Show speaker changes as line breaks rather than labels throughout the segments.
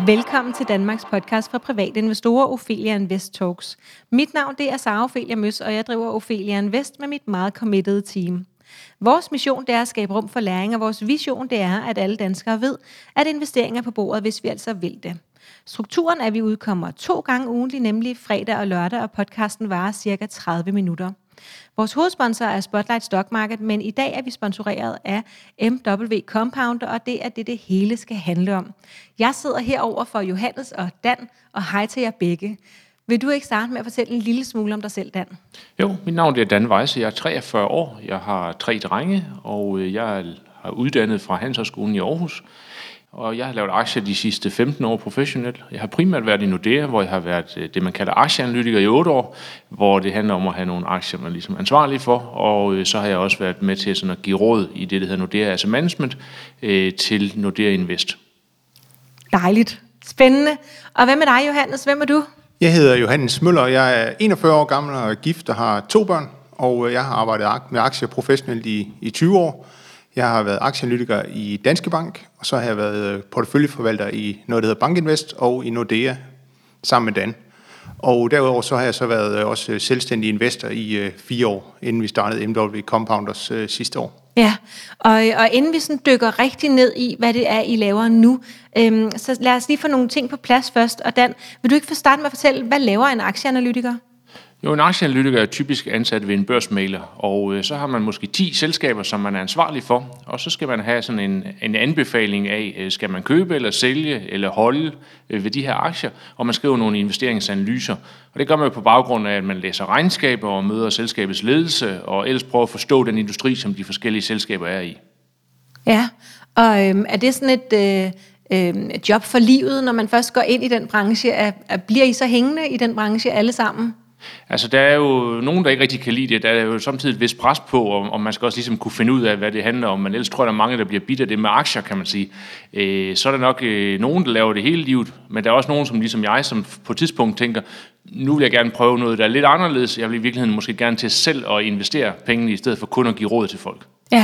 Velkommen til Danmarks podcast for private investorer, Ophelia Invest Talks. Mit navn det er Sara Ophelia Møs, og jeg driver Ophelia Invest med mit meget committed team. Vores mission det er at skabe rum for læring, og vores vision det er, at alle danskere ved, at investeringer er på bordet, hvis vi altså vil det. Strukturen er, at vi udkommer 2 gange ugentlig, nemlig fredag og lørdag, og podcasten varer cirka 30 minutter. Vores hovedsponsor er Spotlight Stock Market, men i dag er vi sponsoreret af MW Compounder, og det er det hele skal handle om. Jeg sidder herover for Johannes og Dan, og hej til jer begge. Vil du ikke starte med at fortælle en lille smule om dig selv, Dan?
Jo, mit navn er Dan Weisse, jeg er 43 år, jeg har 3 drenge, og jeg er uddannet fra Handelshøjskolen i Aarhus. Og jeg har lavet aktier de sidste 15 år professionelt. Jeg har primært været i Nordea, hvor jeg har været det, man kalder aktieanalytiker i 8 år, hvor det handler om at have nogle aktier, man er ligesom ansvarlig for. Og så har jeg også været med til sådan at give råd i det, der hedder Nordea Asset Management, til Nordea Invest.
Dejligt. Spændende. Og hvad med dig, Johannes? Hvem er du?
Jeg hedder Johannes Møller, jeg er 41 år gammel og er gift og har 2 børn. Og jeg har arbejdet med aktier professionelt i 20 år. Jeg har været aktieanalytiker i Danske Bank, og så har jeg været porteføljeforvalter i noget, der hedder Bankinvest, og i Nordea sammen med Dan. Og derudover så har jeg så været også selvstændig investor i 4 år, inden vi startede MW Compounders sidste år.
Ja, og inden vi sådan dykker rigtig ned i, hvad det er, I laver nu, så lad os lige få nogle ting på plads først. Og Dan, vil du ikke få starte med at fortælle, hvad laver en aktieanalytiker?
Jo, en aktieanalytiker er typisk ansat ved en børsmægler, og så har man måske 10 selskaber, som man er ansvarlig for, og så skal man have sådan en anbefaling af, skal man købe eller sælge eller holde ved de her aktier, og man skriver nogle investeringsanalyser. Og det gør man jo på baggrund af, at man læser regnskaber og møder selskabets ledelse, og ellers prøver at forstå den industri, som de forskellige selskaber er i.
Ja, og er det sådan et job for livet, når man først går ind i den branche? Bliver I så hængende i den branche alle sammen?
Altså, der er jo nogen, der ikke rigtig kan lide det. Der er jo samtidig et vist pres på, og man skal også ligesom kunne finde ud af, hvad det handler om. Men ellers tror jeg, der er mange, der bliver bidt af det med aktier, kan man sige. Så er der nok nogen, der laver det hele livet, men der er også nogen, som ligesom jeg, som på et tidspunkt tænker, nu vil jeg gerne prøve noget, der er lidt anderledes. Jeg vil i virkeligheden måske gerne til selv at investere pengene, i stedet for kun at give råd til folk.
Ja,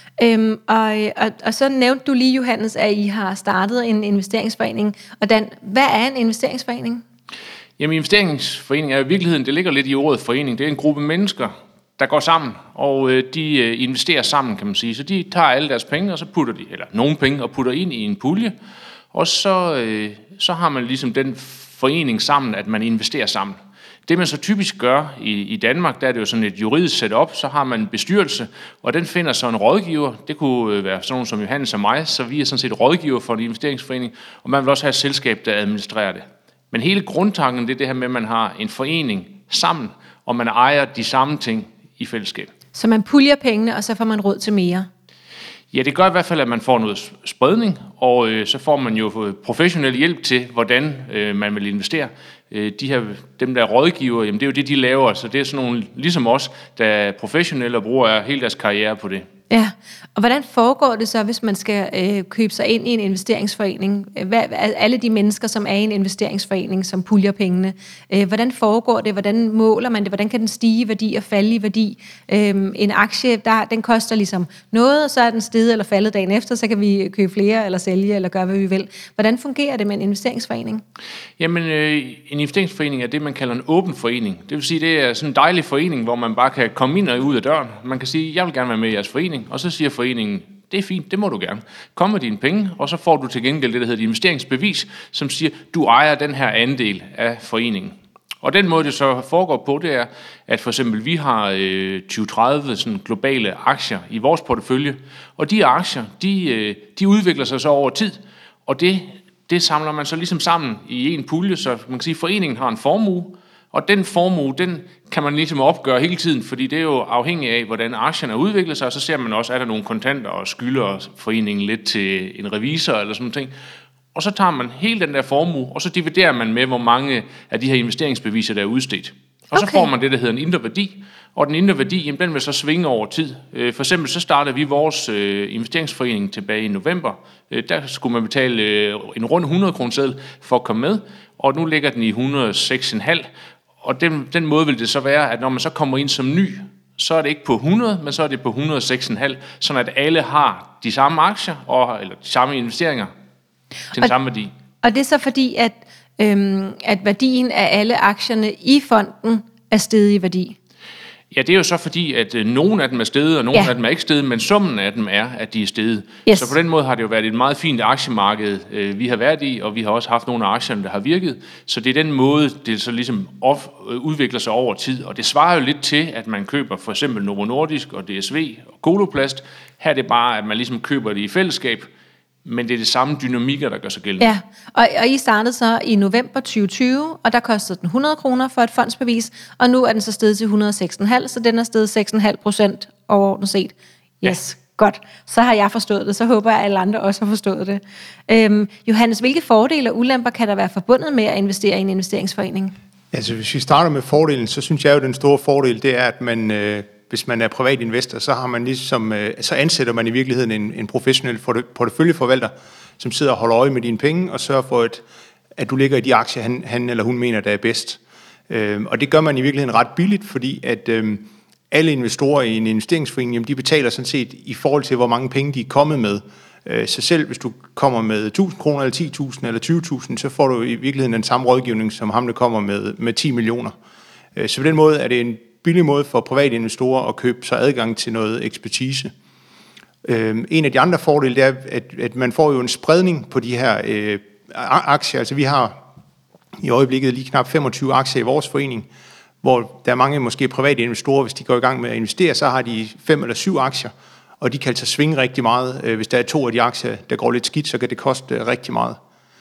og så nævnte du lige, Johannes, at I har startet en investeringsforening. Og Dan, hvad er en investeringsforening?
Jamen, investeringsforening er i virkeligheden, det ligger lidt i ordet forening. Det er en gruppe mennesker, der går sammen, og de investerer sammen, kan man sige. Så de tager alle deres penge, og så putter de, eller nogle penge, og putter ind i en pulje. Og så har man ligesom den forening sammen, at man investerer sammen. Det man så typisk gør i Danmark, der er det jo sådan et juridisk setup, så har man en bestyrelse, og den finder så en rådgiver. Det kunne være sådan nogen som Johannes og mig, så vi er sådan set rådgiver for en investeringsforening, og man vil også have et selskab, der administrerer det. Men hele grundtanken det er det her med, at man har en forening sammen, og man ejer de samme ting i fællesskab.
Så man puljer pengene, og så får man råd til mere?
Ja, det gør i hvert fald, at man får noget spredning, og så får man jo professionel hjælp til, hvordan man vil investere. Dem der er rådgiver, jamen det er jo det, de laver, så det er sådan nogle, ligesom os, der er professionelle og bruger hele deres karriere på det.
Ja, og hvordan foregår det så, hvis man skal købe sig ind i en investeringsforening? Alle de mennesker, som er i en investeringsforening, som puljer pengene, hvordan foregår det? Hvordan måler man det? Hvordan kan den stige i værdi og falde i værdi? En aktie, den koster ligesom noget, og så er den steget eller faldet dagen efter, så kan vi købe flere eller sælge eller gøre, hvad vi vil. Hvordan fungerer det med en investeringsforening?
Jamen, en investeringsforening er det, man kalder en åben forening. Det vil sige, det er sådan en dejlig forening, hvor man bare kan komme ind og ud af døren. Man kan sige, jeg vil gerne være med i jeres forening. Og så siger foreningen, det er fint, det må du gerne. Kom med dine penge, og så får du til gengæld det, der hedder et investeringsbevis, som siger, du ejer den her andel af foreningen. Og den måde, det så foregår på, det er, at for eksempel vi har 20-30 sådan globale aktier i vores portefølje, og de aktier, de udvikler sig så over tid, og det samler man så ligesom sammen i en pulje, så man kan sige, at foreningen har en formue, og den formue, den kan man ligesom opgøre hele tiden, fordi det er jo afhængigt af, hvordan aktierne udvikler sig, og så ser man også, er der nogle kontanter og skylder foreningen lidt til en revisor eller sådan noget. Og så tager man hele den der formue, og så dividerer man med, hvor mange af de her investeringsbeviser, der er udstedt. Og så får man det, der hedder en indre værdi, og den indre værdi, jamen, den vil så svinge over tid. For eksempel så startede vi vores investeringsforening tilbage i november. Der skulle man betale en rund 100 kroner seddel for at komme med, og nu ligger den i 106,5. Og den måde vil det så være, at når man så kommer ind som ny, så er det ikke på 100, men så er det på 106,5, sådan at alle har de samme aktier, eller de samme investeringer til den samme værdi.
Og det er så fordi, at værdien af alle aktierne i fonden er steget i værdi?
Ja, det er jo så fordi, at nogle af dem er steget, og nogle af dem er ikke steget, men summen af dem er, at de er steget.
Yes.
Så på den måde har det jo været et meget fint aktiemarked, vi har været i, og vi har også haft nogle af aktierne, der har virket. Så det er den måde, det så ligesom udvikler sig over tid. Og det svarer jo lidt til, at man køber for eksempel Novo Nordisk og DSV og Coloplast. Her er det bare, at man ligesom køber det i fællesskab, men det er det samme dynamikker, der gør sig gældende.
Ja, og I startede så i november 2020, og der kostede den 100 kroner for et fondsbevis, og nu er den så steget til 106,5, så den er steget 6,5% overordnet set. Yes, godt. Så har jeg forstået det, så håber jeg, at alle andre også har forstået det. Johannes, hvilke fordele og ulemper kan der være forbundet med at investere i en investeringsforening?
Altså, hvis vi starter med fordelen, så synes jeg jo, at den store fordel, det er, at man, hvis man er privat investor, så har man ligesom, så ansætter man i virkeligheden en professionel porteføljeforvalter, som sidder og holder øje med dine penge og sørger for, at du ligger i de aktier, han eller hun mener, der er bedst. Og det gør man i virkeligheden ret billigt, fordi at alle investorer i en investeringsforening, jamen, de betaler sådan set i forhold til, hvor mange penge de er kommet med. Så selv hvis du kommer med 1.000 kroner, eller 10.000, eller 20.000, så får du i virkeligheden den samme rådgivning, som ham, der kommer med 10 millioner. Så på den måde er det en billig måde for private investorer at købe sig adgang til noget ekspertise. En af de andre fordele, det er, at man får jo en spredning på de her aktier. Altså vi har i øjeblikket lige knap 25 aktier i vores forening, hvor der er mange måske private investorer, hvis de går i gang med at investere, så har de 5 eller 7 aktier, og de kan altså svinge rigtig meget. Hvis der er 2 af de aktier, der går lidt skidt, så kan det koste rigtig meget.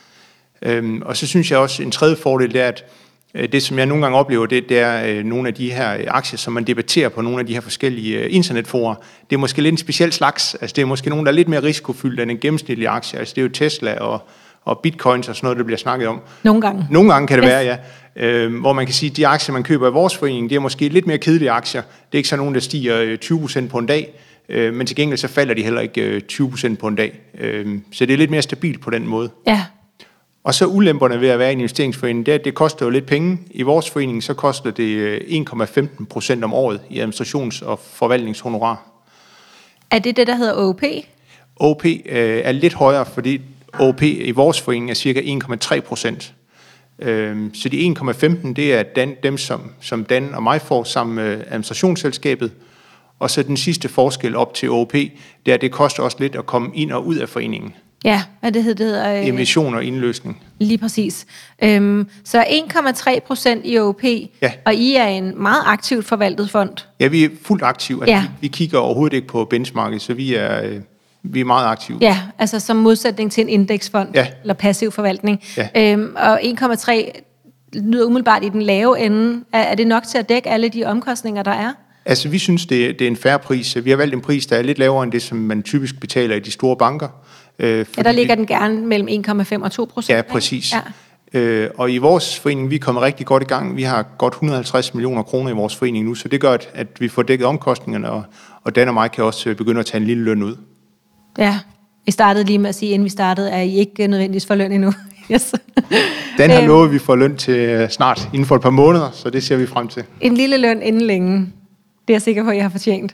Og så synes jeg også, en tredje fordel, det er, at det, som jeg nogle gange oplever, det er nogle af de her aktier, som man debatterer på nogle af de her forskellige internetforer. Det er måske lidt en speciel slags. Altså, det er måske nogle, der er lidt mere risikofyldt end en gennemsnitlig aktie. Altså, det er jo Tesla og bitcoins og sådan noget, der bliver snakket om.
Nogle gange.
Nogle gange kan det være, ja. Hvor man kan sige, at de aktier, man køber i vores forening, det er måske lidt mere kedelige aktier. Det er ikke sådan nogen, der stiger 20% på en dag, men til gengæld så falder de heller ikke 20% på en dag. Så det er lidt mere stabilt på den måde.
Ja. Og
så ulemperne ved at være i en investeringsforening, det er, at det koster jo lidt penge. I vores forening, så koster det 1,15% om året i administrations- og forvaltningshonorar.
Er det det, der hedder OP?
OP er lidt højere, fordi OP i vores forening er cirka 1,3%. Så de 1,15, det er dem, som Dan og mig får sammen med administrationsselskabet. Og så den sidste forskel op til OP, det er, at det koster også lidt at komme ind og ud af foreningen.
Ja, hvad det hedder?
Emission og indløsning.
Lige præcis. Så 1,3% i OP,
ja.
Og I er en meget aktivt forvaltet fond.
Ja, vi er fuldt aktive. Altså, vi kigger overhovedet ikke på benchmarket, så vi er meget aktive.
Ja, altså som modsætning til en indeksfond, eller passiv forvaltning.
Ja.
Og 1,3 lyder umiddelbart i den lave ende. Er det nok til at dække alle de omkostninger, der er?
Altså, vi synes, det er en fair pris. Vi har valgt en pris, der er lidt lavere end det, som man typisk betaler i de store banker.
Der ligger den gerne mellem 1,5 og 2%.
Ja, præcis. Ja. Og i vores forening, vi er kommet rigtig godt i gang. Vi har godt 150 millioner kroner i vores forening nu, så det gør, at vi får dækket omkostningerne, og Dan og mig kan også begynde at tage en lille løn ud.
Ja, vi startede lige med at sige, inden vi startede, er I ikke nødvendigvis for løn endnu. Yes.
Dan har lovet, at vi får løn til snart, inden for et par måneder, så det ser vi frem til.
En lille løn inden længe. Det er jeg sikker på, at jeg har fortjent.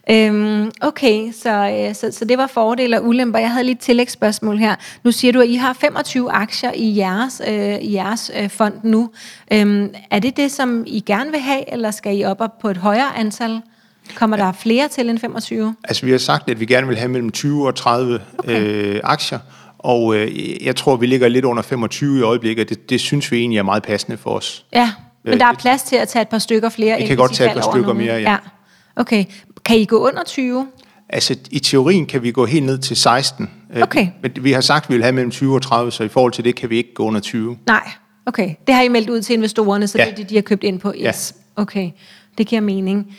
Okay, så det var fordele og ulemper. Jeg havde lige et tillægsspørgsmål her. Nu siger du, at I har 25 aktier i jeres fond nu. Er det, som I gerne vil have, eller skal I op på et højere antal? Kommer der flere til end 25?
Altså, vi har sagt, at vi gerne vil have mellem 20 og 30 aktier, og jeg tror, vi ligger lidt under 25 i øjeblikket. Det synes vi egentlig er meget passende for os.
Ja. Men der er plads til at tage et par stykker flere?
Vi kan godt tage et par stykker mere, ja.
Okay. Kan I gå under 20?
Altså, i teorien kan vi gå helt ned til 16.
Okay.
Men vi har sagt, at vi vil have mellem 20 og 30, så i forhold til det kan vi ikke gå under 20.
Nej, okay. Det har I meldt ud til investorerne, så det er det, de har købt ind på. Yes. Ja. Okay, det giver mening.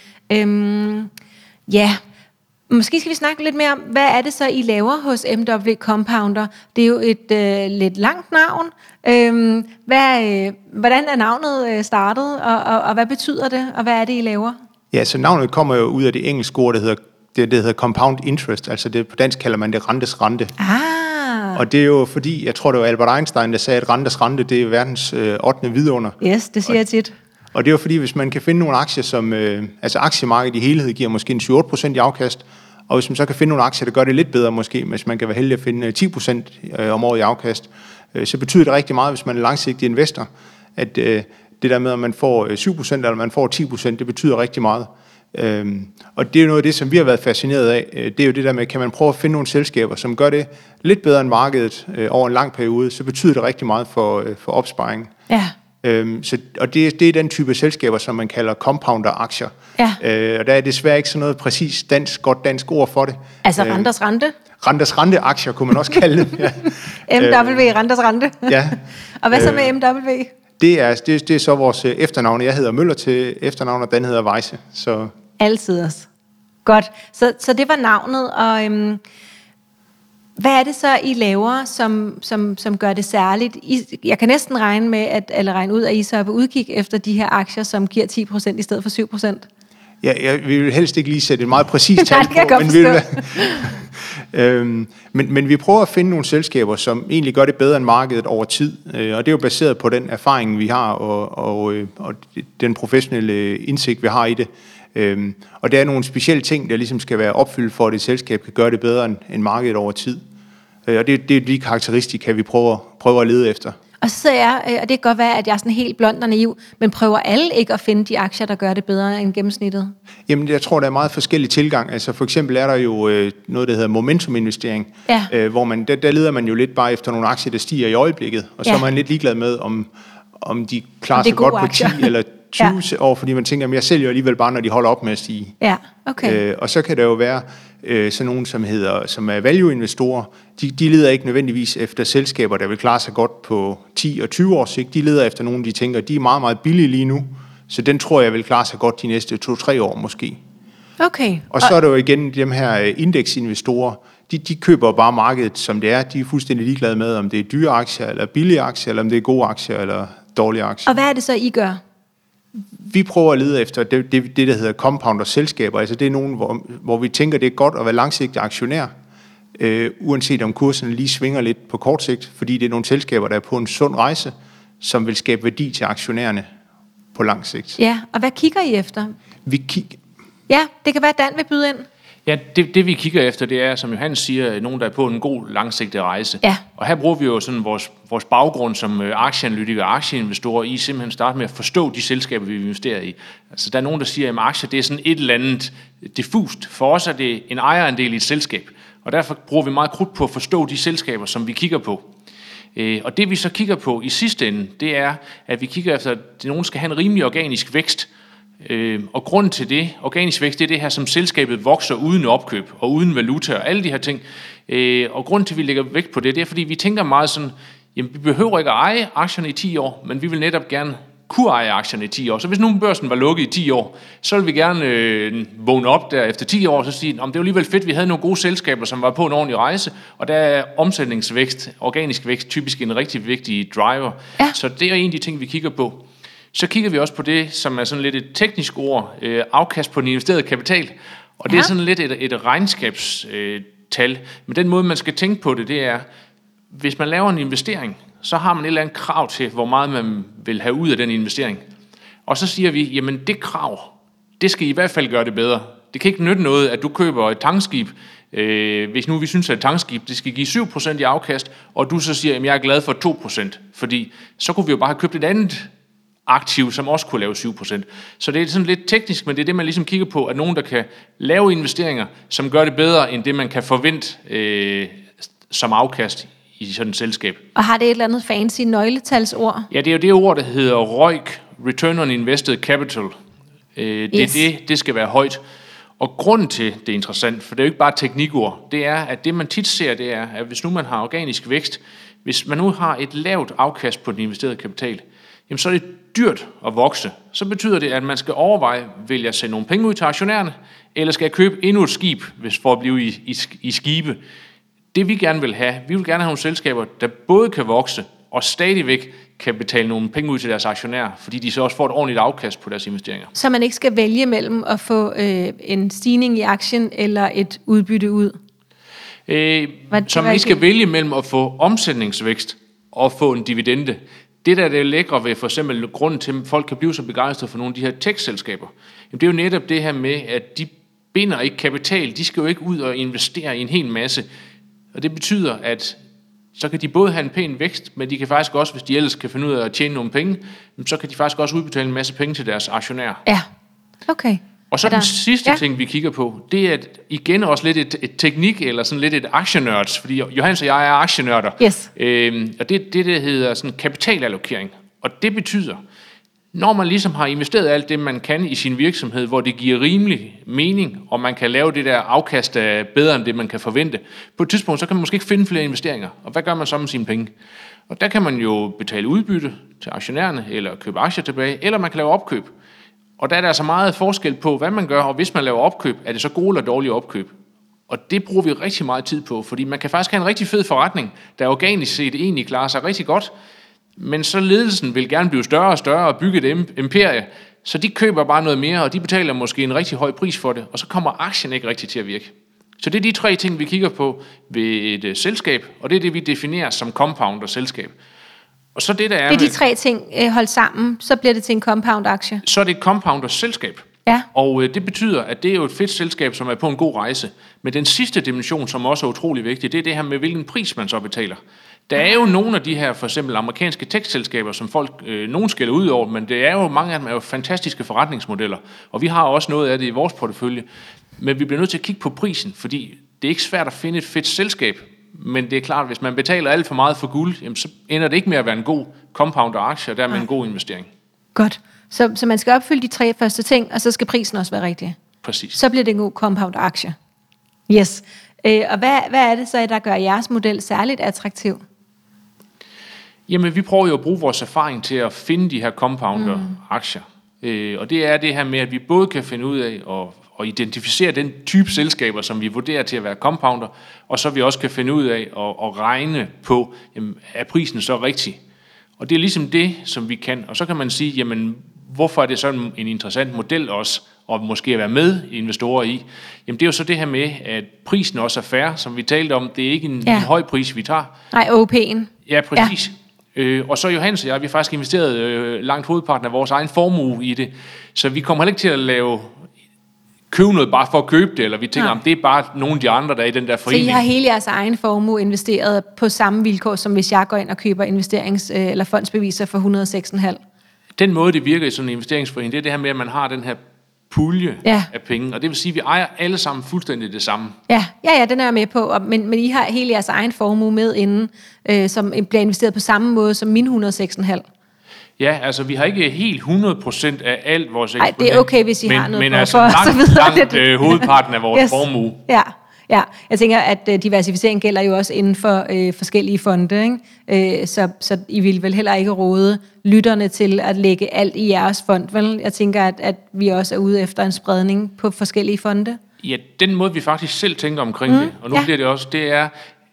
Ja, måske skal vi snakke lidt mere om, hvad er det så, I laver hos MW Compounder? Det er jo et lidt langt navn. Hvordan er navnet startet, og hvad betyder det, og hvad er det, I laver?
Ja, så navnet kommer jo ud af det engelske ord, det hedder compound interest, altså det, på dansk kalder man det rentes rente. Og det er jo fordi, jeg tror det var Albert Einstein, der sagde, at rentes rente, det er verdens 8. vidunder.
Yes, det siger jeg tit.
Og det er jo fordi, hvis man kan finde nogle aktier, som altså aktiemarkedet i helhed giver måske en 7-8% i afkast, og hvis man så kan finde nogle aktier, der gør det lidt bedre måske, hvis man kan være heldig at finde 10% om året i afkast, så betyder det rigtig meget, hvis man er langsigtig investor, at det der med, at man får 7% eller man får 10%, det betyder rigtig meget. Og det er jo noget af det, som vi har været fascineret af. Det er jo det der med, kan man prøve at finde nogle selskaber, som gør det lidt bedre end markedet over en lang periode, så betyder det rigtig meget for opsparingen.
Ja.
Og det er den type selskaber, som man kalder compounder-aktier.
Ja.
Og der er desværre ikke sådan noget præcis godt dansk ord for det.
Altså renters rente?
Renters rente-aktier kunne man også kalde det. Ja.
MW, renters rente.
Ja.
Og hvad så med MW?
Det er så vores efternavn. Jeg hedder Møller til efternavn, og den hedder Weisse. Så
Altid også. Godt. Så det var navnet, og hvad er det så, I laver, som gør det særligt? Jeg kan næsten regne ud, at I så er på udkig efter de her aktier, som giver 10% i stedet for 7%.
Ja, vi vil helst ikke lige sætte et meget præcist tal på, men vi prøver at finde nogle selskaber, som egentlig gør det bedre end markedet over tid. Og det er jo baseret på den erfaring, vi har, og den professionelle indsigt, vi har i det. Og der er nogle specielle ting, der ligesom skal være opfyldt for, at et selskab kan gøre det bedre end markedet over tid. Og det er de karakteristika, vi prøver at lede efter.
Og så og det kan godt være, at jeg er sådan helt blond og naiv, men prøver alle ikke at finde de aktier, der gør det bedre end gennemsnittet?
Jamen, jeg tror, der er meget forskellige tilgang. Altså, for eksempel er der jo noget, der hedder momentuminvestering, hvor der leder man jo lidt bare efter nogle aktier, der stiger i øjeblikket, og så er man lidt ligeglad med, om de klarer sig godt på 10 eller 20 år, fordi man tænker, at jeg sælger alligevel bare, når de holder op med at stige.
Ja, okay.
Og så kan der jo være sådan nogen, som er value-investorer. De leder ikke nødvendigvis efter selskaber, der vil klare sig godt på 10 og 20 års sigt. De leder efter nogen, de tænker, de er meget, meget billige lige nu, så den tror jeg vil klare sig godt de næste 2-3 år måske.
Okay.
Og så er der jo igen dem her indeksinvestorer. De køber bare markedet, som det er. De er fuldstændig ligeglade med, om det er dyre aktier, eller billige aktier, eller om det er gode aktier, eller dårlige aktier.
Og hvad er det så, I gør?
Vi prøver at lede efter det der hedder compounder-selskaber. Altså det er nogen, hvor vi tænker, det er godt at være langsigtet aktionær, uanset om kurserne lige svinger lidt på kort sigt, fordi det er nogle selskaber, der er på en sund rejse, som vil skabe værdi til aktionærerne på lang sigt.
Ja, og hvad kigger I efter? Ja, det kan være, at Dan vil byde ind.
Ja, det vi kigger efter, det er, som Johannes siger, nogen, der er på en god langsigtet rejse.
Ja.
Og her bruger vi jo sådan vores baggrund som aktieanalytikere og aktieinvestorer i simpelthen starte med at forstå de selskaber, vi investerer i. Altså, der er nogen, der siger, at aktier det er sådan et eller andet diffust. For os er det en ejerandel i et selskab, og derfor bruger vi meget krudt på at forstå de selskaber, som vi kigger på. Og det vi så kigger på i sidste ende, det er, at vi kigger efter, at nogen skal have en rimelig organisk vækst. Og grunden til det, organisk vækst, det er det her, som selskabet vokser uden opkøb og uden valuta og alle de her ting. Og grunden til, at vi lægger vægt på det, det er, fordi vi tænker meget sådan, jamen vi behøver ikke at eje aktierne i 10 år, men vi vil netop gerne kunne eje aktierne i 10 år. Så hvis nu børsen var lukket i 10 år, så vil vi gerne vågne op der efter 10 år og så sige, det var alligevel fedt, vi havde nogle gode selskaber, som var på en ordentlig rejse, og der er omsætningsvækst, organisk vækst, typisk en rigtig vigtig driver.
Ja.
Så det er en af de ting, vi kigger på. Så kigger vi også på det, som er sådan lidt et teknisk ord, afkast på den investerede kapital. Og det er sådan lidt et regnskabstal. Men den måde, man skal tænke på det, det er, hvis man laver en investering, så har man et eller andet krav til, hvor meget man vil have ud af den investering. Og så siger vi, jamen det krav, det skal i hvert fald gøre det bedre. Det kan ikke nytte noget, at du køber et tankskib, hvis nu vi synes, at et tankskib det skal give 7% i afkast, og du så siger, at jeg er glad for 2%, fordi så kunne vi jo bare have købt et andet aktiv, som også kunne lave 7%. Så det er sådan lidt teknisk, men det er det, man ligesom kigger på, at nogen, der kan lave investeringer, som gør det bedre, end det, man kan forvente som afkast i sådan et selskab.
Og har det et eller andet fancy nøgletalsord?
Ja, det er jo det ord, der hedder ROIC, Return on Invested Capital. Det skal være højt. Og grunden til, det er interessant, for det er jo ikke bare teknikord, det er, at det man tit ser, det er, at hvis nu man har organisk vækst, hvis man nu har et lavt afkast på den investerede kapital, jamen så er det dyrt at vokse. Så betyder det, at man skal overveje, vil jeg sende nogle penge ud til aktionærerne, eller skal jeg købe endnu et skib, hvis for at blive i skibe. Det vi gerne vil have, vi vil gerne have nogle selskaber, der både kan vokse, og stadigvæk kan betale nogle penge ud til deres aktionærer, fordi de så også får et ordentligt afkast på deres investeringer.
Så man ikke skal vælge mellem at få en stigning i aktien, eller et udbytte ud?
Så man ikke skal vælge mellem at få omsætningsvækst, og få en dividende. Det der er lækre ved for eksempel grunden til, at folk kan blive så begejstrede for nogle af de her tech-selskaber, det er jo netop det her med, at de binder ikke kapital. De skal jo ikke ud og investere i en hel masse. Og det betyder, at så kan de både have en pæn vækst, men de kan faktisk også, hvis de ellers kan finde ud af at tjene nogle penge, så kan de faktisk også udbetale en masse penge til deres aktionærer.
Ja, okay.
Og så den sidste ting, vi kigger på, det er igen også lidt et teknik, eller sådan lidt et aktienørds, fordi Johannes og jeg er aktienørder.
Yes.
Og det hedder sådan kapitalallokering. Og det betyder, når man ligesom har investeret alt det, man kan i sin virksomhed, hvor det giver rimelig mening, og man kan lave det der afkast bedre end det, man kan forvente, på et tidspunkt, så kan man måske ikke finde flere investeringer. Og hvad gør man så med sine penge? Og der kan man jo betale udbytte til aktionærerne, eller købe aktier tilbage, eller man kan lave opkøb. Og der er der altså meget forskel på, hvad man gør, og hvis man laver opkøb, er det så gode eller dårlige opkøb? Og det bruger vi rigtig meget tid på, fordi man kan faktisk have en rigtig fed forretning, der organisk set egentlig klarer sig rigtig godt, men så ledelsen vil gerne blive større og større og bygge et imperie, så de køber bare noget mere, og de betaler måske en rigtig høj pris for det, og så kommer aktien ikke rigtig til at virke. Så det er de 3 ting, vi kigger på ved et selskab, og det er det, vi definerer som compounder-selskab. Og så det er
de 3 ting holdt sammen, så bliver det til en compound-aktie.
Så er det et compounder-selskab.
Ja.
Og det betyder, at det er jo et fedt selskab, som er på en god rejse. Men den sidste dimension, som også er utrolig vigtig, det er det her med, hvilken pris man så betaler. Der er jo nogle af de her, for eksempel amerikanske tech-selskaber, som folk nogen skælder ud over, men det er jo, mange af dem er jo fantastiske forretningsmodeller. Og vi har også noget af det i vores portefølje. Men vi bliver nødt til at kigge på prisen, fordi det er ikke svært at finde et fedt selskab. Men det er klart, at hvis man betaler alt for meget for guld, jamen, så ender det ikke med at være en god compounder-aktie, og dermed en god investering.
Godt. Så man skal opfylde de 3 første ting, og så skal prisen også være rigtig.
Præcis.
Så bliver det en god compounder-aktie. Yes. Og hvad er det så, der gør jeres model særligt attraktiv?
Jamen, vi prøver jo at bruge vores erfaring til at finde de her compounder-aktier. Og det er det her med, at vi både kan finde ud af at identificere den type selskaber, som vi vurderer til at være compounder, og så vi også kan finde ud af at regne på, jamen, er prisen så rigtig? Og det er ligesom det, som vi kan. Og så kan man sige, jamen, hvorfor er det sådan en interessant model også, og måske at være med investorer i? Jamen, det er jo så det her med, at prisen også er fair, som vi talte om. Det er ikke en høj pris, vi tager.
Nej, OP'en.
Ja, præcis. Ja. Og så Johannes og jeg, vi har faktisk investeret langt hovedparten af vores egen formue i det. Så vi kommer heller ikke til at købe noget bare for at købe det, eller vi tænker, om det er bare nogle af de andre, der er i den der forening.
Så I har hele jeres egen formue investeret på samme vilkår, som hvis jeg går ind og køber investerings- eller fondsbeviser for 106,5?
Den måde, det virker i sådan en investeringsforening, det er det her med, at man har den her pulje af penge, og det vil sige, at vi ejer alle sammen fuldstændig det samme. Ja,
den er jeg med på, men I har hele jeres egen formue med inden, som bliver investeret på samme måde som min 106,5?
Ja, altså vi har ikke helt 100% af alt vores
eksponering. Nej, det er okay, hvis I har noget
men altså langt hovedparten af vores formue.
Ja, jeg tænker, at diversificering gælder jo også inden for forskellige fonde, ikke? Så I vil vel heller ikke råde lytterne til at lægge alt i jeres fond, vel? Jeg tænker, at vi også er ude efter en spredning på forskellige fonde.
Ja, den måde, vi faktisk selv tænker omkring det, og nu bliver det også, det er,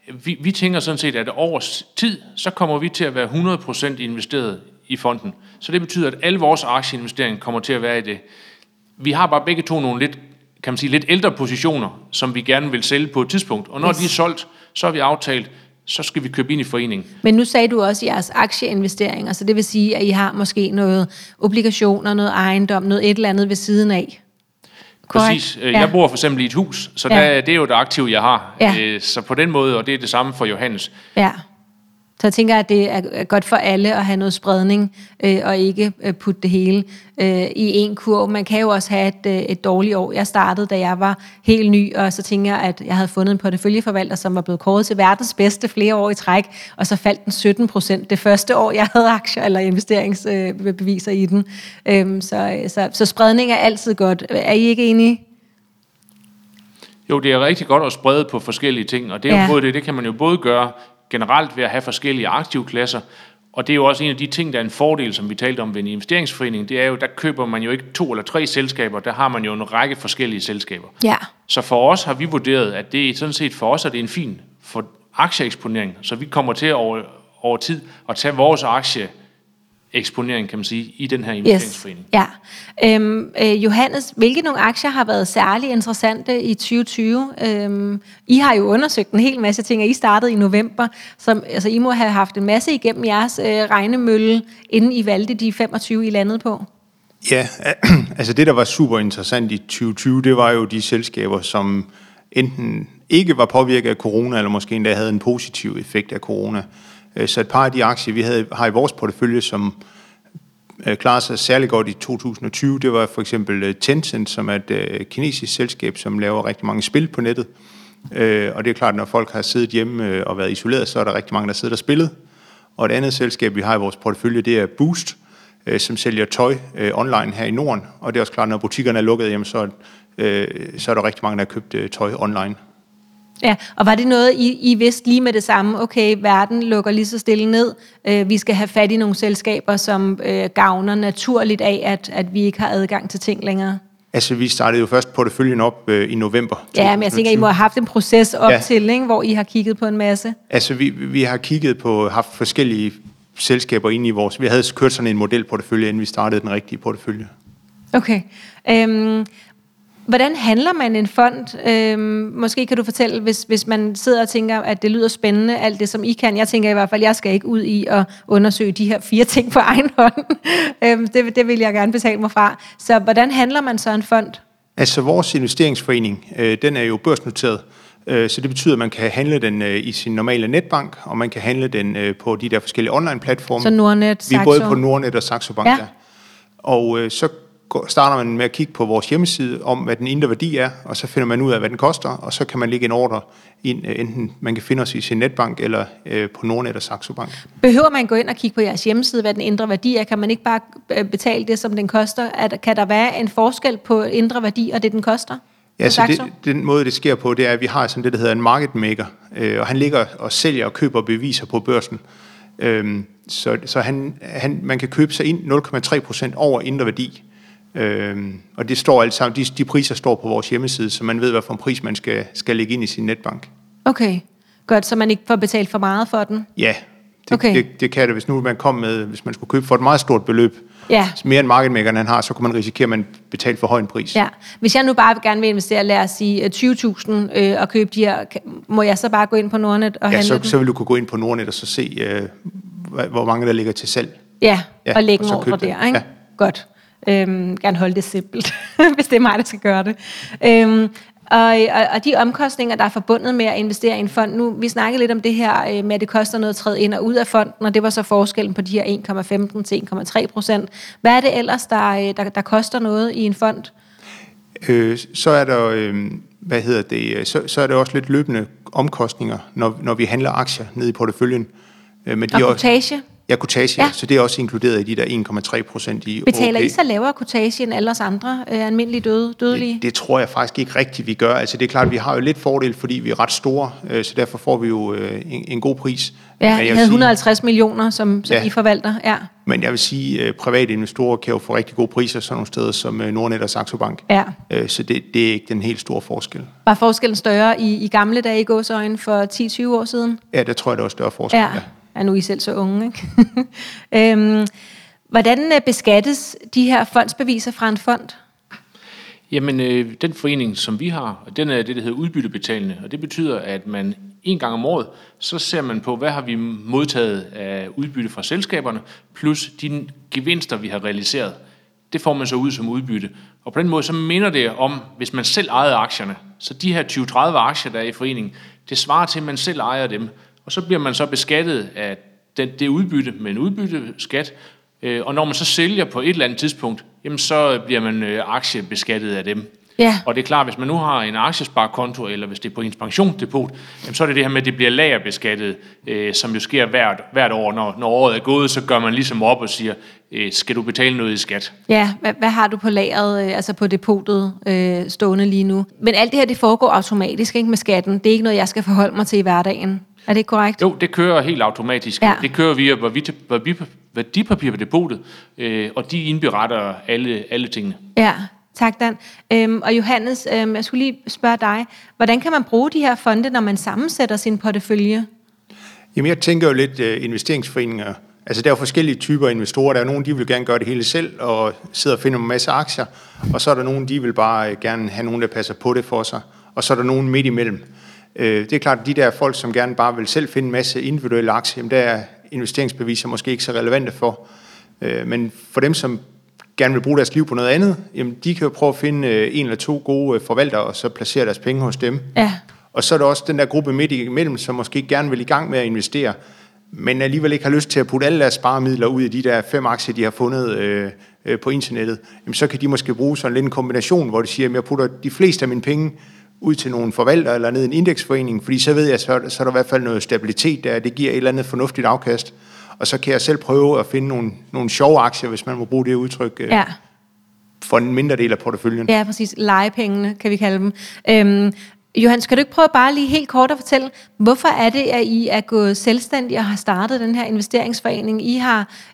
vi tænker sådan set, at over tid, så kommer vi til at være 100% investeret i fonden. Så det betyder, at alle vores aktieinvesteringer kommer til at være i det. Vi har bare begge to nogle lidt ældre positioner, som vi gerne vil sælge på et tidspunkt. Og når de er solgt, så har vi aftalt, så skal vi købe ind i foreningen.
Men nu sagde du også jeres aktieinvesteringer, så det vil sige, at I har måske noget obligationer, noget ejendom, noget et eller andet ved siden af.
Præcis. Jeg bor for eksempel i et hus, så det er jo det aktiv, jeg har. Så på den måde, og det er det samme for Johannes.
Ja. Så jeg tænker, at det er godt for alle at have noget spredning, og ikke putte det hele i en kurv. Man kan jo også have et dårligt år. Jeg startede, da jeg var helt ny, og så tænker jeg, at jeg havde fundet en porteføljeforvalter, som var blevet kåret til verdens bedste flere år i træk, og så faldt den 17% det første år, jeg havde aktier eller investeringsbeviser i den. Så spredning er altid godt. Er I ikke enige?
Jo, det er rigtig godt at sprede på forskellige ting, og det er jo både det kan man jo både gøre generelt ved at have forskellige aktivklasser, og det er jo også en af de ting, der er en fordel, som vi talte om ved en investeringsforening, det er jo, der køber man jo ikke 2 eller 3 selskaber, der har man jo en række forskellige selskaber. Ja. Så for os har vi vurderet, at det sådan set for os er det en fin for aktieeksponering, så vi kommer til over tid at tage vores aktieeksponering, kan man sige, i den her investeringsforening.
Yes. Ja. Johannes, hvilke nogle aktier har været særlig interessante i 2020? I har jo undersøgt en hel masse ting, og I startede i november, så I må have haft en masse igennem jeres regnemølle, inden I valgte de 25, I landede på.
Ja, altså det, der var super interessant i 2020, det var jo de selskaber, som enten ikke var påvirket af corona, eller måske endda havde en positiv effekt af corona. Så et par af de aktier, vi har i vores portefølje, som klarede sig særlig godt i 2020, det var for eksempel Tencent, som er et kinesisk selskab, som laver rigtig mange spil på nettet. Og det er klart, at når folk har siddet hjemme og været isoleret, så er der rigtig mange, der sidder og spillet. Og et andet selskab, vi har i vores portefølje, det er Boozt, som sælger tøj online her i Norden. Og det er også klart, når butikkerne er lukket, jamen, så er der rigtig mange, der har købt tøj online.
Ja, og var det noget, I vidste lige med det samme? Okay, verden lukker lige så stille ned. Vi skal have fat i nogle selskaber, som gavner naturligt af, at vi ikke har adgang til ting længere.
Altså, vi startede jo først porteføljen op i november 2020.
Ja, men jeg tænker, I må have haft en proces op til, ikke, hvor I har kigget på en masse.
Altså, vi har kigget på, haft forskellige selskaber inde i vores... Vi havde kørt sådan en modelportefølje, inden vi startede den rigtige portefølje.
Okay. Hvordan handler man en fond? Måske kan du fortælle, hvis man sidder og tænker, at det lyder spændende, alt det som I kan. Jeg tænker i hvert fald, at jeg skal ikke ud i at undersøge de her 4 ting på egen hånd. Det vil jeg gerne betale mig fra. Så hvordan handler man så en fond?
Altså vores investeringsforening, den er jo børsnoteret. Så det betyder, at man kan handle den i sin normale netbank, og man kan handle den på de der forskellige online-platforme.
Så Nordnet, Saxo?
Vi er både på Nordnet og Saxo Bank, ja. Og så starter man med at kigge på vores hjemmeside om, hvad den indre værdi er, og så finder man ud af, hvad den koster, og så kan man lægge en ordre ind, enten man kan finde os i sin netbank, eller på Nordnet og Saxo Bank.
Behøver man gå ind og kigge på jeres hjemmeside, hvad den indre værdi er? Kan man ikke bare betale det, som den koster? Kan der være en forskel på indre værdi og det, den koster?
Ja, så den måde, det sker på, det er, at vi har sådan det, der hedder en market maker, og han ligger og sælger og køber beviser på børsen. Så man kan købe sig ind 0,3% over indre værdi. Og det står alt sammen, de priser står på vores hjemmeside, så man ved, hvad for en pris man skal lægge ind i sin netbank.
Okay, godt, så man ikke får betalt for meget for den?
Ja, det kan det. Hvis nu man kom med, hvis man skulle købe for et meget stort beløb, mere end marketmakeren han har, så kunne man risikere, at man betaler for høj en pris.
Ja, hvis jeg nu bare gerne vil investere, lad os sige 20.000 og købe de her, må jeg så bare gå ind på Nordnet og handle dem?
Så vil du kunne gå ind på Nordnet og så se, hvor mange der ligger til salg.
Ja, og lægge en ordre der, ikke? Ja. Godt. Gerne holde det simpelt, hvis det er mig, der skal gøre det. Og de omkostninger, der er forbundet med at investere i en fond, nu vi snakkede lidt om det her med, at det koster noget at træde ind og ud af fonden, og det var så forskellen på de her 1,15 til 1,3%. Hvad er det ellers, der koster noget i en fond?
Så er der, så er der også lidt løbende omkostninger, når vi handler aktier nede i porteføljen.
Men og kortage?
Ja, kortage, så det er også inkluderet i de der 1,3% i
Betaler I så lavere kortage end alle os andre almindelige dødelige?
Det tror jeg faktisk ikke rigtigt, vi gør. Altså det er klart, vi har jo lidt fordel, fordi vi er ret store, så derfor får vi jo en god pris.
Ja, I havde 150 millioner, som I forvalter. Ja.
Men jeg vil sige, at private investorer kan jo få rigtig gode priser sådan nogle steder som Nordnet og Saxo Bank.
Ja.
Så det er ikke den helt store forskel.
Var forskellen større i gamle dage i gåseøjne for 10-20 år siden?
Ja, der tror jeg, der var større forskel. Ja.
Ja, nu er I selv så unge, ikke? Hvordan beskattes de her fondsbeviser fra en fond?
Jamen, den forening, som vi har, den er det, der hedder udbyttebetalende, og det betyder, at man en gang om året, så ser man på, hvad har vi modtaget af udbytte fra selskaberne, plus de gevinster, vi har realiseret. Det får man så ud som udbytte. Og på den måde, så minder det om, hvis man selv ejer aktierne, så de her 20-30 aktier, der er i foreningen, det svarer til, at man selv ejer dem. Og så bliver man så beskattet af det udbytte med en udbytteskat, og når man så sælger på et eller andet tidspunkt, jamen så bliver man aktiebeskattet af dem.
Ja.
Og det er klart, hvis man nu har en aktiesparekonto, eller hvis det er på ens pensionsdepot, jamen så er det her med, at det bliver lagerbeskattet, som jo sker hvert år. Når året er gået, så gør man ligesom op og siger, skal du betale noget i skat?
Ja, hvad har du på lageret, altså på depotet stående lige nu? Men alt det her, det foregår automatisk, ikke, med skatten. Det er ikke noget, jeg skal forholde mig til i hverdagen. Er det ikke korrekt?
Jo, det kører helt automatisk. Ja. Det kører via værdipapir på depotet, og de indberetter alle tingene.
Ja, tak Dan. Og Johannes, jeg skulle lige spørge dig, hvordan kan man bruge de her fonde, når man sammensætter sin portefølje?
Jamen jeg tænker jo lidt investeringsforeninger. Altså der er jo forskellige typer investorer. Der er nogen, de vil gerne gøre det hele selv og sidder og finder en masse aktier. Og så er der nogen, de vil bare gerne have nogen, der passer på det for sig. Og så er der nogen midt imellem. Det er klart, at de der folk, som gerne bare vil selv finde en masse individuelle aktier, jamen der er investeringsbeviser måske ikke så relevante for. Men for dem, som gerne vil bruge deres liv på noget andet, jamen de kan jo prøve at finde en eller to gode forvaltere, og så placere deres penge hos dem.
Ja.
Og så er der også den der gruppe midt imellem, som måske gerne vil i gang med at investere, men alligevel ikke har lyst til at putte alle deres sparemidler ud i de der 5 aktier, de har fundet på internettet. Jamen, så kan de måske bruge sådan lidt en kombination, hvor de siger, at jeg putter de fleste af mine penge ud til nogle forvaltere eller ned i en indeksforening, fordi så ved jeg, så er der i hvert fald noget stabilitet der, det giver et eller andet fornuftigt afkast. Og så kan jeg selv prøve at finde nogle sjove aktier, hvis man må bruge det udtryk, for en mindre del af porteføljen.
Ja, præcis. Legepengene, kan vi kalde dem. Johan, skal du ikke prøve bare lige helt kort at fortælle, hvorfor er det, at I er gået selvstændige og har startet den her investeringsforening? I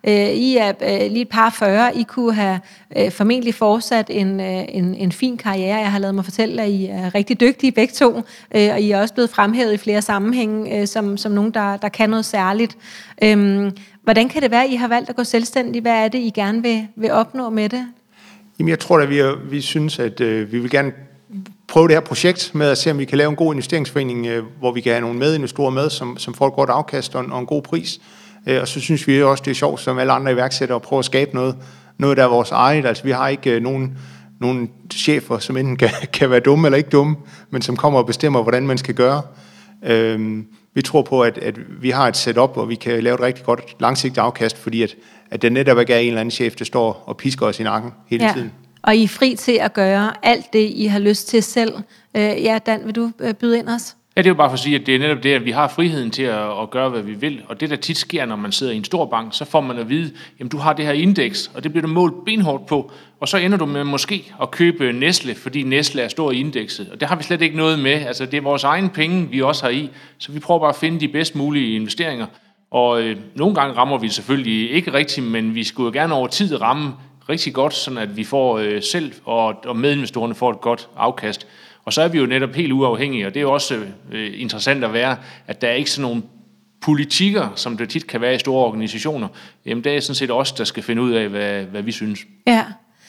er lige et par 40. I kunne have formentlig fortsat en fin karriere. Jeg har ladet mig fortælle, at I er rigtig dygtige begge to, og I er også blevet fremhævet i flere sammenhænge som nogen, der kan noget særligt. Hvordan kan det være, at I har valgt at gå selvstændige? Hvad er det, I gerne vil opnå med det?
Jamen, jeg tror, at vi synes, at vi vil gerne prøve det her projekt med at se, om vi kan lave en god investeringsforening, hvor vi kan have nogle medinvestorer med, som får et godt afkast og en god pris. Og så synes vi også, det er sjovt, som alle andre iværksættere, at prøve at skabe noget der er vores eget. Altså, vi har ikke nogen chefer, som enten kan være dumme eller ikke dumme, men som kommer og bestemmer, hvordan man skal gøre. Vi tror på, at vi har et setup, hvor vi kan lave et rigtig godt langsigtet afkast, fordi at det netop ikke er en eller anden chef, der står og pisker os i nakken hele tiden.
Og I er fri til at gøre alt det, I har lyst til selv. Dan, vil du byde ind os?
Ja, det er jo bare for at sige, at det er netop det, at vi har friheden til at gøre, hvad vi vil. Og det, der tit sker, når man sidder i en stor bank, så får man at vide, jamen du har det her indeks, og det bliver du målt benhårdt på. Og så ender du med måske at købe Nestle, fordi Nestle er stor i indekset. Og det har vi slet ikke noget med. Altså, det er vores egen penge, vi også har i. Så vi prøver bare at finde de bedst mulige investeringer. Og nogle gange rammer vi selvfølgelig ikke rigtigt, men vi skulle jo gerne over tid ramme rigtig godt, sådan at vi får selv og medinvestorerne får et godt afkast. Og så er vi jo netop helt uafhængige, og det er jo også interessant at være, at der er ikke sådan nogle politikker, som det tit kan være i store organisationer. Jamen, det er sådan set os, der skal finde ud af, hvad vi synes.
Ja.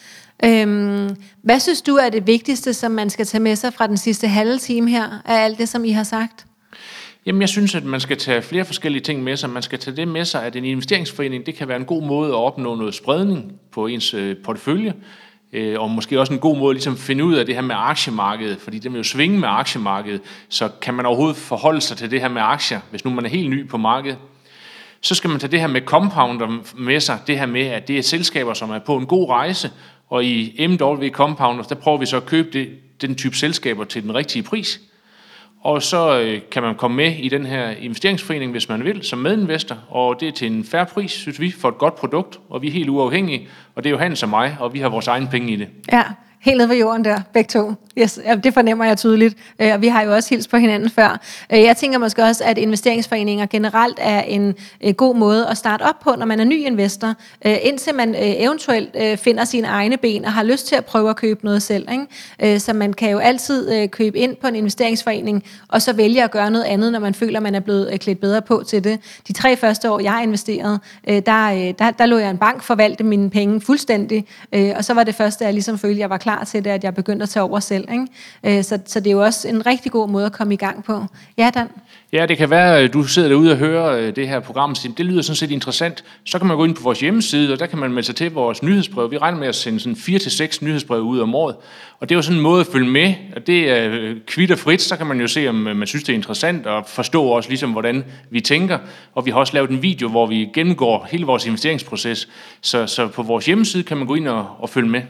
Hvad synes du er det vigtigste, som man skal tage med sig fra den sidste halve time her, af alt det, som I har sagt?
Jamen, jeg synes, at man skal tage flere forskellige ting med sig. Man skal tage det med sig, at en investeringsforening, det kan være en god måde at opnå noget spredning på ens portefølje, og måske også en god måde ligesom at finde ud af det her med aktiemarkedet, fordi det vil jo svinge med aktiemarkedet, så kan man overhovedet forholde sig til det her med aktier, hvis nu man er helt ny på markedet. Så skal man tage det her med compounder med sig, det her med, at det er selskaber, som er på en god rejse, og i MW Compounders, der prøver vi så at købe den type selskaber til den rigtige pris. Og så kan man komme med i den her investeringsforening, hvis man vil, som medinvestor, og det er til en fair pris, synes vi, for et godt produkt, og vi er helt uafhængige, og det er jo Hans og mig, og vi har vores egen penge i det.
Ja, helt nede ved jorden der, begge to. Yes, det fornemmer jeg tydeligt, og vi har jo også hilst på hinanden før. Jeg tænker måske også, at investeringsforeninger generelt er en god måde at starte op på, når man er ny investor, indtil man eventuelt finder sine egne ben og har lyst til at prøve at købe noget selv. Ikke? Så man kan jo altid købe ind på en investeringsforening, og så vælge at gøre noget andet, når man føler, at man er blevet klædt bedre på til det. De 3 første år, jeg har investeret, der lå jeg en bank forvalte mine penge fuldstændig, og så var det første, jeg ligesom følte, jeg var klar til det, at jeg begyndte at tage over selv. Ikke? Så det er jo også en rigtig god måde at komme i gang på. Ja, Dan?
Ja, det kan være, at du sidder derude og hører det her program, og det lyder sådan set interessant. Så kan man gå ind på vores hjemmeside, og der kan man melde sig til vores nyhedsbrev. Vi regner med at sende sådan 4-6 nyhedsbreve ud om året. Og det er jo sådan en måde at følge med, og det er kvit og frit. Så kan man jo se, om man synes, det er interessant, og forstå også ligesom, hvordan vi tænker. Og vi har også lavet en video, hvor vi gennemgår hele vores investeringsproces. Så på vores hjemmeside kan man gå ind og følge med.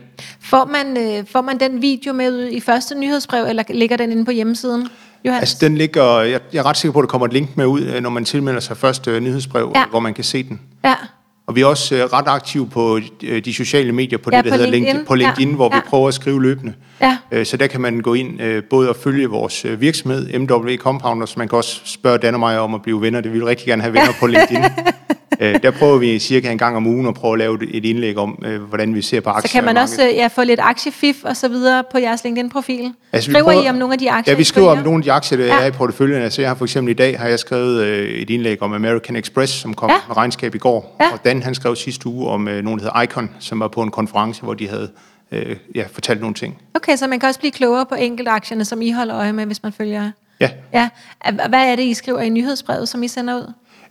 Får man den video med i første nyhedsbrev, eller ligger den inde på hjemmesiden? Johannes?
Altså, den ligger, jeg er ret sikker på, at der kommer et link med ud, når man tilmelder sig første nyhedsbrev, hvor man kan se den.
Ja.
Og vi er også ret aktive på de sociale medier, på det, der hedder LinkedIn, på LinkedIn, hvor vi prøver at skrive løbende. Ja. Så der kan man gå ind både og følge vores virksomhed, MW Compounders. Man kan også spørge Dan og mig om at blive venner. Det vil vi rigtig gerne have venner på LinkedIn. Der prøver vi cirka en gang om ugen at prøve at lave et indlæg om, hvordan vi ser på aktier.
Så kan man også få lidt aktiefif og så videre på jeres LinkedIn-profil? Altså, skriver I om nogle af de aktier?
Ja, vi skriver om nogle af de aktier, der er i porteføljen. Altså, jeg har for eksempel i dag skrevet et indlæg om American Express, som kom med regnskab i går. Ja. Og Dan, han skrev sidste uge om nogen, der hedder Icon, som var på en konference, hvor de havde fortalt nogle ting.
Okay, så man kan også blive klogere på enkelte aktierne, som I holder øje med, hvis man følger.
Ja.
Hvad er det, I skriver i nyhedsbrevet, som I sender ud?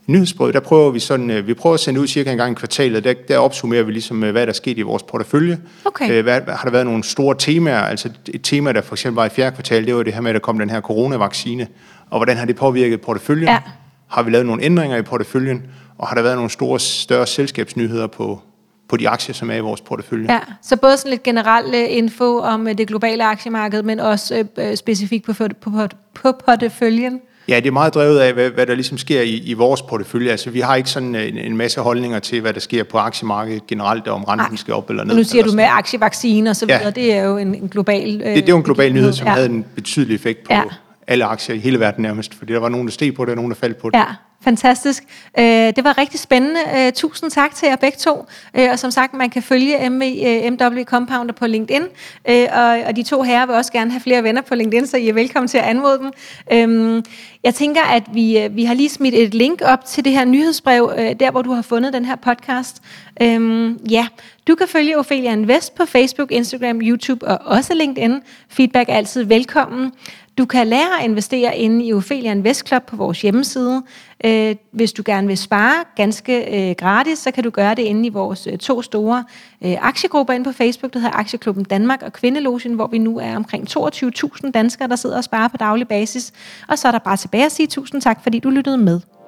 nyhedsbrev, der prøver vi sådan, vi prøver at sende ud cirka en gang i kvartalet, der opsummerer vi ligesom, hvad der er sket i vores portefølje.
Okay.
Har der været nogle store temaer, altså et tema, der for eksempel var i 4. kvartal, det var det her med, at der kom den her coronavaccine, og hvordan har det påvirket porteføljen?
Ja.
Har vi lavet nogle ændringer i porteføljen, og har der været nogle større selskabsnyheder på de aktier, som er i vores portefølje?
Ja, så både sådan lidt generel info om det globale aktiemarked, men også specifikt på porteføljen.
Ja, det er meget drevet af, hvad der ligesom sker i vores portefølje. Altså, vi har ikke sådan en masse holdninger til, hvad der sker på aktiemarkedet generelt, om renten skal op eller ned.
Nu siger du med aktievacciner og så videre, det er jo en global...
Det er jo en global nyhed, som havde en betydelig effekt på alle aktier i hele verden nærmest, fordi der var nogen, der steg på det, og nogen, der faldt på det.
Ja, fantastisk. Det var rigtig spændende. Tusind tak til jer begge to. Og som sagt, man kan følge MW Compounder på LinkedIn, og de to herrer vil også gerne have flere venner på LinkedIn, så I er velkommen til at anmode dem. Jeg tænker, at vi har lige smidt et link op til det her nyhedsbrev, der hvor du har fundet den her podcast. Du kan følge Ophelia Invest på Facebook, Instagram, YouTube og også LinkedIn. Feedback er altid velkommen. Du kan lære at investere inde i Ophelia Invest Club på vores hjemmeside. Hvis du gerne vil spare ganske gratis, så kan du gøre det inde i vores 2 store aktiegrupper inde på Facebook, der hedder Aktieklubben Danmark og Kvindelogen, hvor vi nu er omkring 22.000 danskere, der sidder og sparer på daglig basis. Og så er der bare tilbage at sige tusind tak, fordi du lyttede med.